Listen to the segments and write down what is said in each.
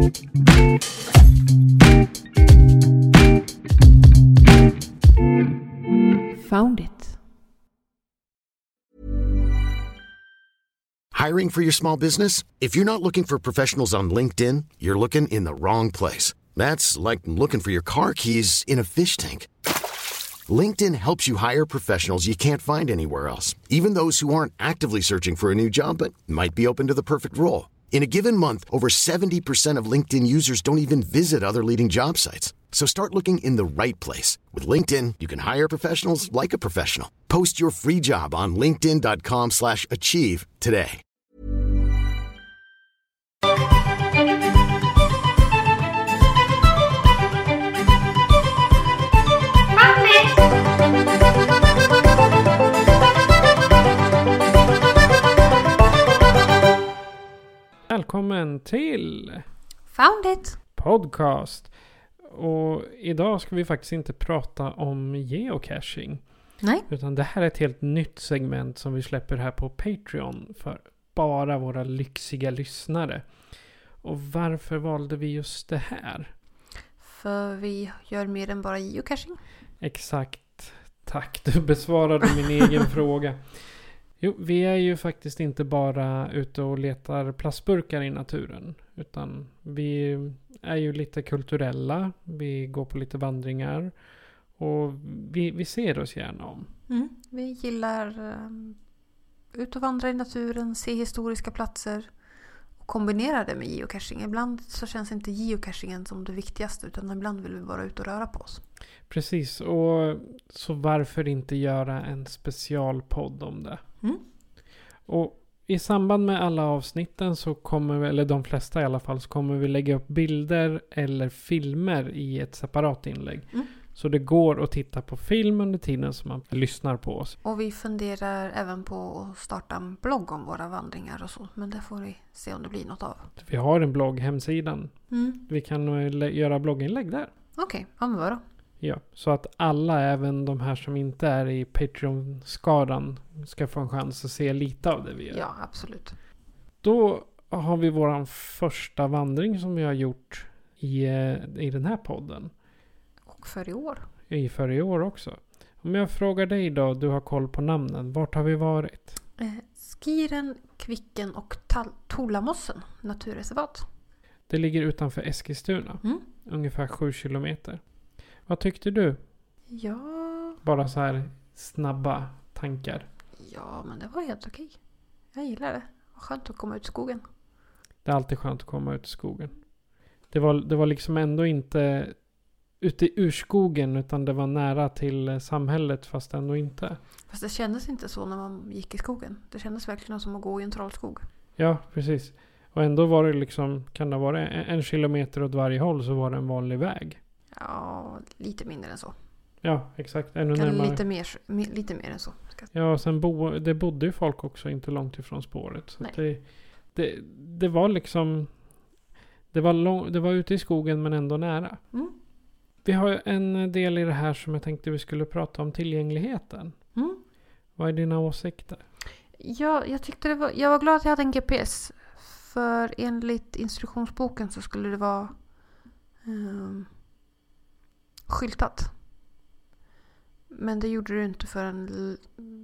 Found it. Hiring for your small business? If you're not looking for professionals on LinkedIn, you're looking in the wrong place. That's like looking for your car keys in a fish tank. LinkedIn helps you hire professionals you can't find anywhere else, even those who aren't actively searching for a new job but might be open to the perfect role. In a given month, over 70% of LinkedIn users don't even visit other leading job sites. So start looking in the right place. With LinkedIn, you can hire professionals like a professional. Post your free job on linkedin.com/achieve today. Välkommen till Found it. podcast. Och idag ska vi faktiskt inte prata om geocaching. Nej. Utan det här är ett helt nytt segment som vi släpper här på Patreon för bara våra lyxiga lyssnare. Och varför valde vi just det här? För vi gör mer än bara geocaching. Exakt. Tack, du besvarade min egen fråga. Jo, vi är ju faktiskt inte bara ute och letar plastburkar i naturen. Utan vi är ju lite kulturella. Vi går på lite vandringar. Och vi ser oss gärna om. Vi gillar ut och vandra i naturen, se historiska platser. Och kombinera det med geocaching. Ibland så känns inte geocachingen som det viktigaste. Utan ibland vill vi bara ut och röra på oss. Precis, och så varför inte göra en specialpodd om det? Och i samband med alla avsnitten så kommer vi, eller de flesta i alla fall, så kommer vi lägga upp bilder eller filmer i ett separat inlägg. Så det går att titta på film under tiden som man lyssnar på oss. Och vi funderar även på att starta en blogg om våra vandringar och så. Men det får vi se om det blir något av. Vi har en blogg, hemsidan. Vi kan göra blogginlägg där. Okej, ja men vadå? Ja, så att alla, även de här som inte är i Patreon-skaran, ska få en chans att se lite av det vi gör. Ja, absolut. Då har vi våran första vandring som vi har gjort i den här podden. Och för i år. För i år också. Om jag frågar dig då, du har koll på namnen. Vart har vi varit? Skiren, Kvicken och Tolamossen naturreservat. Det ligger utanför Eskilstuna. Ungefär 7 kilometer. Vad tyckte du? Ja. Bara så här snabba tankar. Ja, men det var helt okej. Jag gillar det. Vad skönt att komma ut i skogen. Det är alltid skönt att komma ut i skogen. Det var liksom ändå inte ute i urskogen, utan det var nära till samhället fast ändå inte. Fast det kändes inte så när man gick i skogen. Det kändes verkligen som att gå i en trollskog. Ja, precis. Och ändå var det liksom, kan det vara 1 kilometer åt varje håll, så var det en vanlig väg. Ja, lite mindre än så. Ja, exakt. Ännu närmare. Lite mer än så. Ja, och sen det bodde ju folk också inte långt ifrån spåret. Så det var liksom, det var ute i skogen men ändå nära. Vi har en del i det här som jag tänkte vi skulle prata om, tillgängligheten. Vad är dina åsikter? Ja, jag var glad att jag hade en GPS. För enligt instruktionsboken så skulle det vara skyltat. Men det gjorde det inte förrän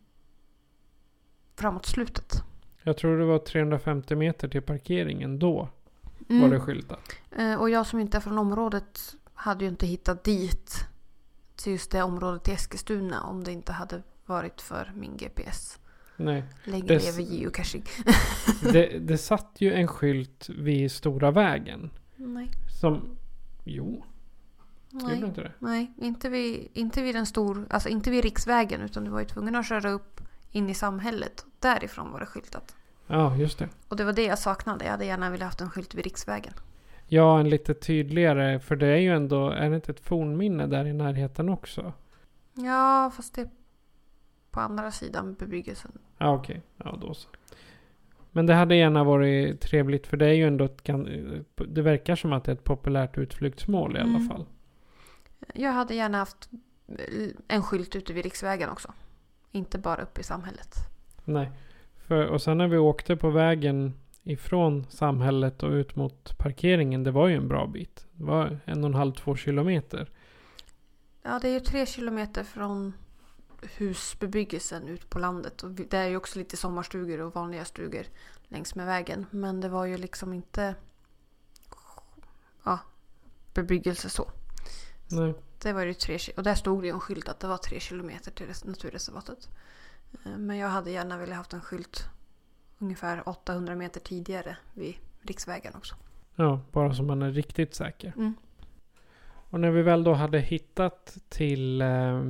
framåt slutet. Jag tror det var 350 meter till parkeringen då. Var det skyltat. Och jag som inte är från området hade ju inte hittat dit till just det området i Eskilstuna om det inte hade varit för min GPS. Nej. Länge lever geocaching. det satt ju en skylt vid stora vägen. Nej. Jo. Nej. Inte det? Nej, inte vid den alltså inte vid riksvägen, utan du var ju tvungen att köra upp in i samhället. Därifrån var det skyltat. Ja, just det. Och det var det jag saknade. Jag hade gärna velat haft en skylt vid riksvägen. Ja, en lite tydligare, för det är ju ändå, är det inte ett fornminne där i närheten också? Ja, fast det är på andra sidan bebyggelsen. Ja, okej. Ja, då så. Men det hade gärna varit trevligt, för det är ju ändå det verkar som att det är ett populärt utflyktsmål i alla fall. Jag hade gärna haft en skylt ute vid riksvägen också. Inte bara uppe i samhället. Nej. Och sen när vi åkte på vägen ifrån samhället och ut mot parkeringen, det var ju en bra bit. Det var 1,5-2 kilometer. Ja, det är ju 3 kilometer från husbebyggelsen ut på landet. Och det är ju också lite sommarstugor och vanliga stugor längs med vägen. Men det var ju liksom inte bebyggelse så. Nej. Det var ju 3 kilometer. Och där stod det ju en skylt att det var 3 kilometer till naturreservatet. Men jag hade gärna velat haft en skylt ungefär 800 meter tidigare vid riksvägen också. Ja, bara så man är riktigt säker. Mm. Och när vi väl då hade hittat till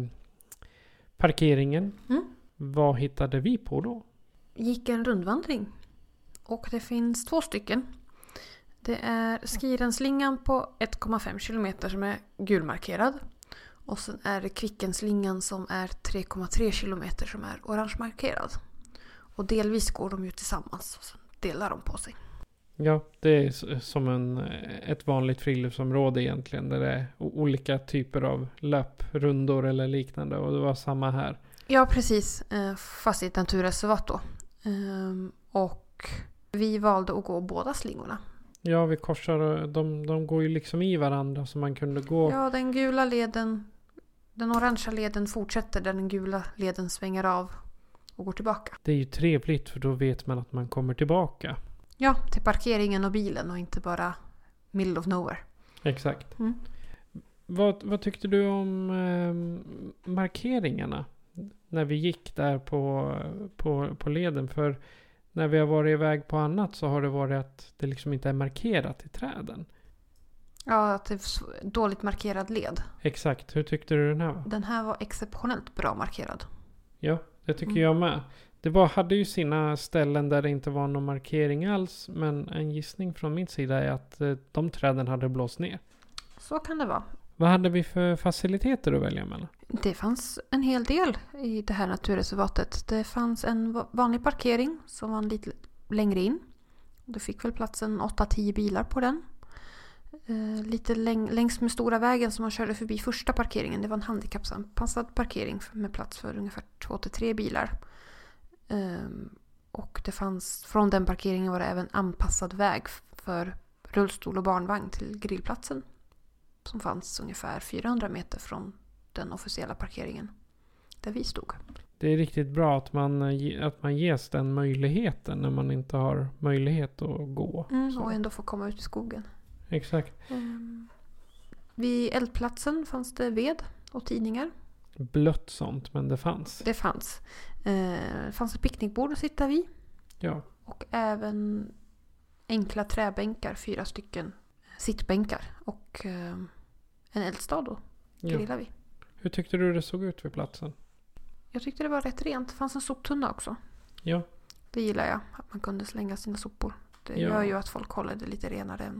parkeringen, vad hittade vi på då? Gick en rundvandring. Och det finns 2 stycken. Det är Skirenslingan på 1,5 kilometer som är gulmarkerad. Och sen är det Kvickenslingan som är 3,3 kilometer som är orangemarkerad. Och delvis går de ju tillsammans och sen delar de på sig. Ja, det är som ett vanligt friluftsområde egentligen. Där det är olika typer av löprundor eller liknande. Och det var samma här. Ja, precis. Fast i ett naturreservat då. Och vi valde att gå båda slingorna. Ja, vi korsar. De går ju liksom i varandra så man kunde gå. Ja, den gula leden, den orangea leden fortsätter där den gula leden svänger av och går tillbaka. Det är ju trevligt för då vet man att man kommer tillbaka. Ja, till parkeringen och bilen och inte bara middle of nowhere. Exakt. Vad tyckte du om markeringarna när vi gick där på leden? För när vi har varit iväg på annat så har det varit att det liksom inte är markerat i träden. Ja, att det är dåligt markerad led. Exakt. Hur tyckte du den här var? Den här var exceptionellt bra markerad. Ja, det tycker jag med. Det hade ju sina ställen där det inte var någon markering alls. Men en gissning från min sida är att de träden hade blåst ner. Så kan det vara. Vad hade vi för faciliteter att välja mellan? Det fanns en hel del i det här naturreservatet. Det fanns en vanlig parkering som var lite längre in. Det fick väl platsen 8-10 bilar på den. Lite längs med stora vägen som man körde förbi första parkeringen. Det var en handikappsanpassad parkering med plats för ungefär 2-3 bilar. Och det fanns, från den parkeringen var det även anpassad väg för rullstol och barnvagn till grillplatsen. Som fanns ungefär 400 meter från den officiella parkeringen där vi stod. Det är riktigt bra att man ges den möjligheten när man inte har möjlighet att gå. Och ändå få komma ut i skogen. Exakt. Vid eldplatsen fanns det ved och tidningar. Blött sånt, men det fanns. Det fanns. Det fanns ett picknickbord att sitta vid. Ja. Och även enkla träbänkar, 4 stycken sittbänkar. Och en eldstad då. Grillade vi. Hur tyckte du det såg ut vid platsen? Jag tyckte det var rätt rent. Det fanns en soptunna också. Ja. Det gillar jag. Att man kunde slänga sina sopor. Det gör ju att folk håller det lite renare än.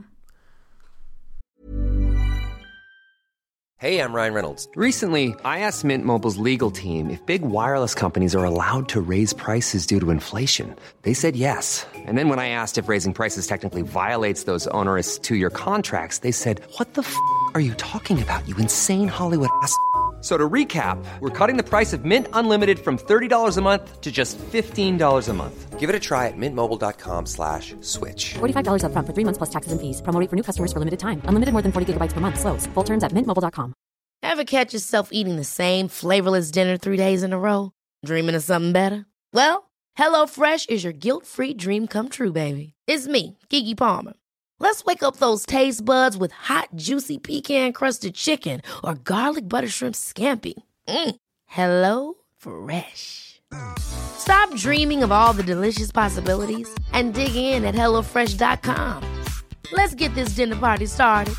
Hey, I'm Ryan Reynolds. Recently, I asked Mint Mobile's legal team if big wireless companies are allowed to raise prices due to inflation. They said yes. And then when I asked if raising prices technically violates those onerous 2-year contracts, they said, "What the f*** are you talking about, you insane Hollywood ass?" So to recap, we're cutting the price of Mint Unlimited from $30 a month to just $15 a month. Give it a try at mintmobile.com/switch. $45 up front for 3 months plus taxes and fees. Promo rate for new customers for limited time. Unlimited more than 40 gigabytes per month. Slows full terms at mintmobile.com. Ever catch yourself eating the same flavorless dinner 3 days in a row? Dreaming of something better? Well, HelloFresh is your guilt-free dream come true, baby. It's me, Keke Palmer. Let's wake up those taste buds with hot, juicy pecan-crusted chicken or garlic butter shrimp scampi. Hello Fresh. Stop dreaming of all the delicious possibilities and dig in at HelloFresh.com. Let's get this dinner party started.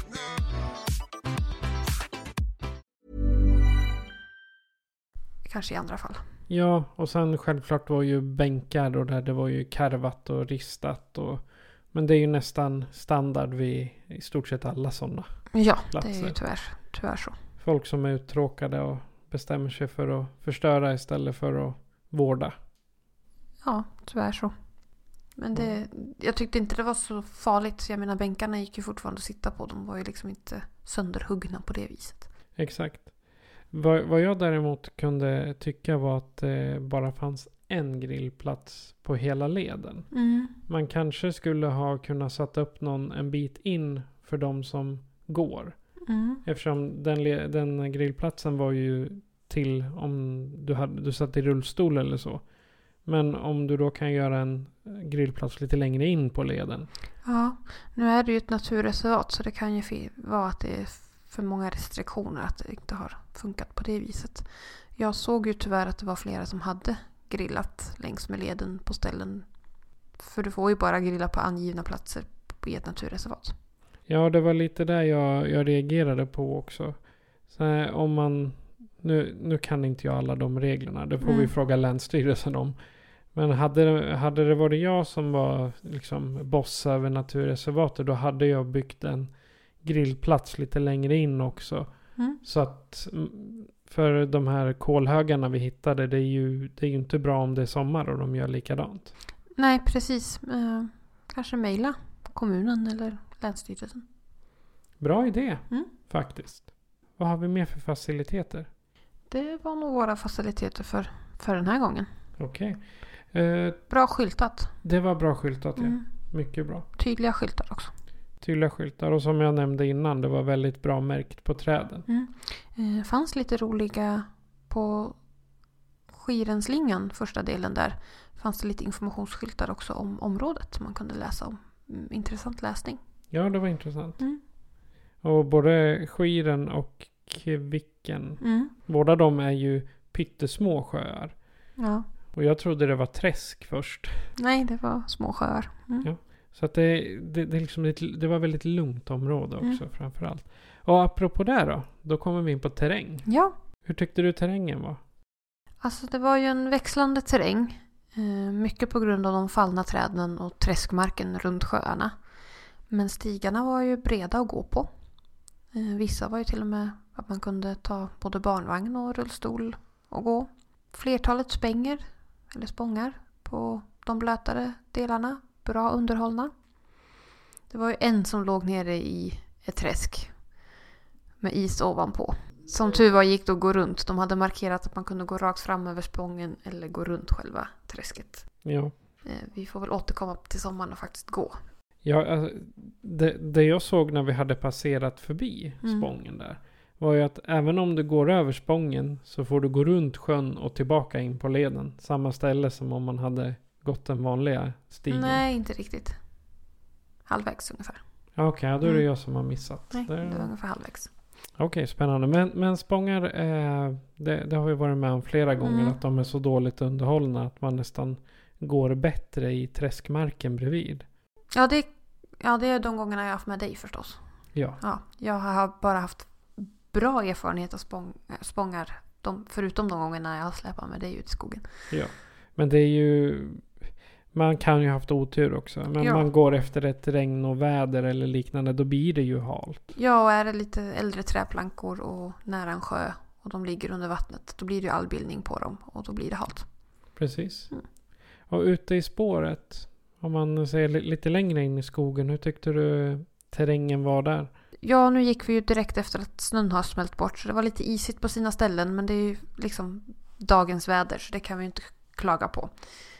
Kanske i andra fall. Ja, och sen självklart var ju bänkar och där det var ju karvat och ristat men det är ju nästan standard vid i stort sett alla sådana platser. Det är ju tyvärr så. Folk som är uttråkade och bestämmer sig för att förstöra istället för att vårda. Ja, tyvärr så. Men jag tyckte inte det var så farligt. Jag menar, bänkarna gick ju fortfarande att sitta på. De var ju liksom inte sönderhuggna på det viset. Exakt. Vad jag däremot kunde tycka var att det bara fanns en grillplats på hela leden. Mm. Man kanske skulle ha kunnat sätta upp en bit in för de som går. Mm. Eftersom den grillplatsen var ju till om du satt i rullstol eller så. Men om du då kan göra en grillplats lite längre in på leden. Ja, nu är det ju ett naturreservat så det kan ju vara att det är för många restriktioner att det inte har funkat på det viset. Jag såg ju tyvärr att det var flera som hade grillat längs med leden på ställen. För du får ju bara grilla på angivna platser i ett naturreservat. Ja, det var lite där jag reagerade på också. Så om man... Nu kan inte jag alla de reglerna. Det får vi fråga Länsstyrelsen om. Men hade det varit jag som var liksom boss över naturreservatet, då hade jag byggt en grillplats lite längre in också. Mm. Så att för de här kolhögarna vi hittade, det är ju inte bra om det är sommar och de gör likadant. Nej, precis. Kanske mejla kommunen eller Länsstyrelsen. Bra idé, faktiskt. Vad har vi mer för faciliteter? Det var nog våra faciliteter för den här gången. Okej. Bra skyltat. Det var bra skyltat, ja. Mycket bra. Tydliga skyltar också. Tydliga skyltar. Och som jag nämnde innan, det var väldigt bra märkt på träden. Fanns lite roliga på Skirenslingan, första delen där. Fanns det lite informationsskyltar också om området som man kunde läsa om. Intressant läsning. Ja, det var intressant. Och både Skiren och Kvicken. Båda de är ju pyttesmå sjöar. Ja. Och jag trodde det var träsk först. Nej, det var små sjöar. Ja. Så att det var väldigt lugnt område också framförallt. Och apropå det då kommer vi in på terräng. Ja. Hur tyckte du terrängen var? Alltså det var ju en växlande terräng. Mycket på grund av de fallna träden och träskmarken runt sjöarna. Men stigarna var ju breda att gå på. Vissa var ju till och med att man kunde ta både barnvagn och rullstol och gå. Flertalet spångar på de blötare delarna. Bra underhållna. Det var ju en som låg nere i ett träsk med is ovanpå. Som tur var gick det att gå runt. De hade markerat att man kunde gå rakt fram över spången eller gå runt själva träsket. Ja. Vi får väl återkomma till sommaren och faktiskt gå. Ja, alltså, det jag såg när vi hade passerat förbi spången där var ju att även om du går över spången så får du gå runt sjön och tillbaka in på leden. Samma ställe som om man hade gått den vanliga stigen. Nej, inte riktigt. Halvvägs ungefär. Okej, då är det jag som har missat. Nej, det var ungefär halvvägs. Okej, spännande. Men spångar, det har vi varit med om flera gånger att de är så dåligt underhållna att man nästan går bättre i träskmarken bredvid. Ja, det är de gångerna jag har haft med dig förstås. Ja. Jag har bara haft bra erfarenhet av spångar. Förutom de gångerna jag har släpat med dig ut i skogen. Ja, men det är ju... Man kan ju ha haft otur också. Men man går efter ett regn och väder eller liknande, då blir det ju halt. Ja, och är det lite äldre träplankor och nära en sjö och de ligger under vattnet, då blir det ju allbildning på dem och då blir det halt. Precis. Och ute i spåret, om man ser lite längre in i skogen, hur tyckte du terrängen var där? Ja, nu gick vi ju direkt efter att snön har smält bort, så det var lite isigt på sina ställen, men det är ju liksom dagens väder, så det kan vi inte klaga på.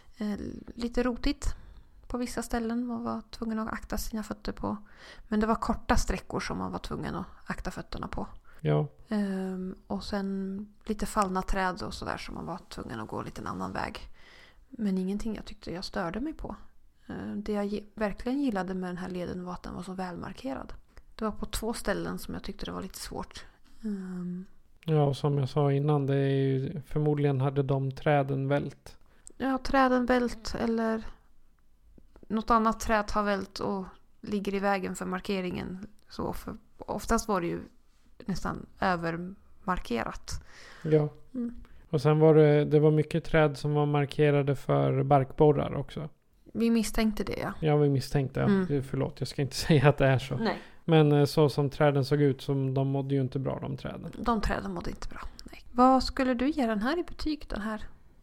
Lite rotigt på vissa ställen. Man var tvungen att akta sina fötter på. Men det var korta sträckor som man var tvungen att akta fötterna på. Ja. Och sen lite fallna träd och sådär som man var tvungen att gå lite en annan väg. Men ingenting jag tyckte jag störde mig på. Det jag verkligen gillade med den här leden var att den var så välmarkerad. Det var på 2 ställen som jag tyckte det var lite svårt. Ja, och som jag sa innan, det är ju, förmodligen hade de träden vält. Ja, träden vält eller något annat träd har vält och ligger i vägen för markeringen. Så för oftast var det ju nästan övermarkerat. Ja. Och sen var det var mycket träd som var markerade för barkborrar också. Vi misstänkte det, ja. Ja, vi misstänkte. Förlåt, jag ska inte säga att det är så. Nej. Men så som träden såg ut, de mådde ju inte bra, de träden. De träden mådde inte bra, nej. Vad skulle du ge den här i betyg, den här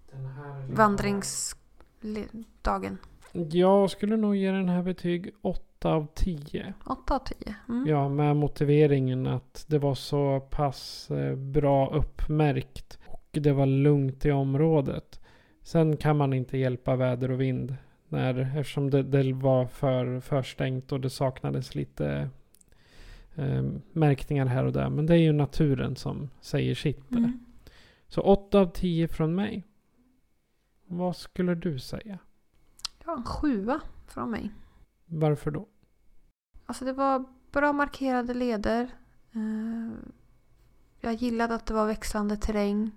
vandringsdagen? Jag skulle nog ge den här betyg 8 av 10. 8 av 10? Ja, med motiveringen att det var så pass bra uppmärkt och det var lugnt i området. Sen kan man inte hjälpa väder och vind. Eftersom det var för stängt och det saknades lite märkningar här och där. Men det är ju naturen som säger sitt där. Så 8 av 10 från mig. Vad skulle du säga? Ja, en 7 från mig. Varför då? Alltså det var bra markerade leder. Jag gillade att det var växlande terräng.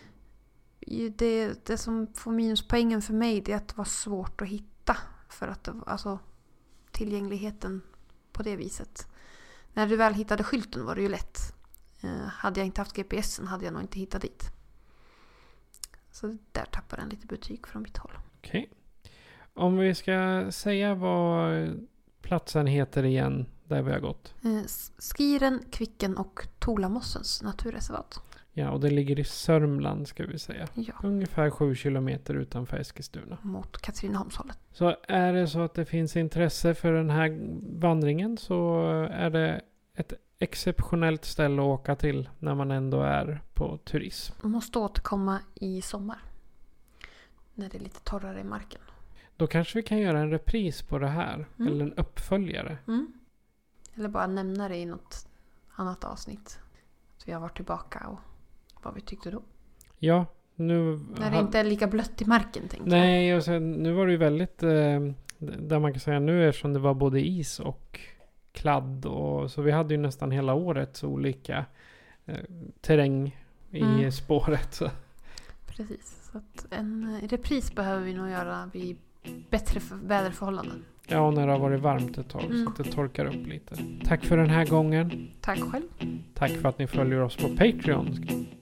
Det som får minuspoängen för mig är att det var svårt att hitta. För att alltså tillgängligheten på det viset. När du väl hittade skylten var det ju lätt. Hade jag inte haft GPSen hade jag nog inte hittat dit. Så där tappar den lite betyg från mitt håll. Okej. Om vi ska säga vad platsen heter igen där vi har gått. Skiren, Kvicken och Tolamossens naturreservat. Ja, och det ligger i Sörmland ska vi säga. Ja. Ungefär 7 kilometer utanför Eskilstuna. Mot Katrineholmshållet. Så är det så att det finns intresse för den här vandringen så är det ett exceptionellt ställe att åka till när man ändå är på turism. Man måste återkomma i sommar. När det är lite torrare i marken. Då kanske vi kan göra en repris på det här. Eller en uppföljare. Eller bara nämna det i något annat avsnitt. Så vi har varit tillbaka och vad vi tyckte då. Ja, nu... När det inte är lika blött i marken, tänker jag. Nej, och sen, nu var det ju väldigt... där man kan säga nu eftersom det var både is och kladd. Och, så vi hade ju nästan hela året så olika terräng i spåret. Så. Precis, så att en repris behöver vi nog göra vid bättre väderförhållanden. Ja, och när det har varit varmt ett tag så att det torkar upp lite. Tack för den här gången. Tack själv. Tack för att ni följer oss på Patreon.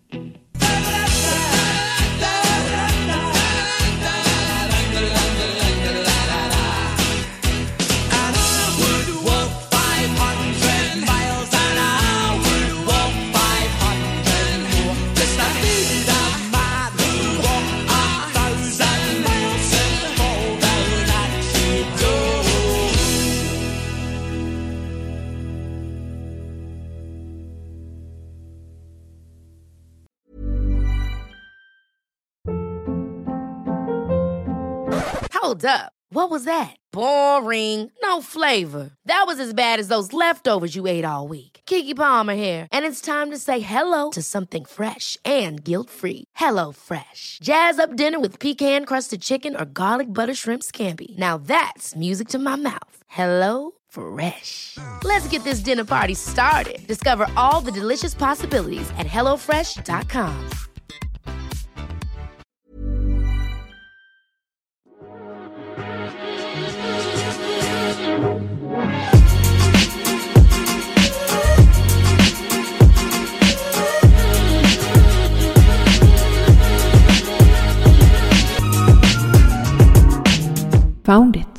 Hold up. What was that? Boring. No flavor. That was as bad as those leftovers you ate all week. Keke Palmer here, and it's time to say hello to something fresh and guilt-free. Hello Fresh. Jazz up dinner with pecan-crusted chicken or garlic butter shrimp scampi. Now that's music to my mouth. Hello Fresh. Let's get this dinner party started. Discover all the delicious possibilities at hellofresh.com. Found it.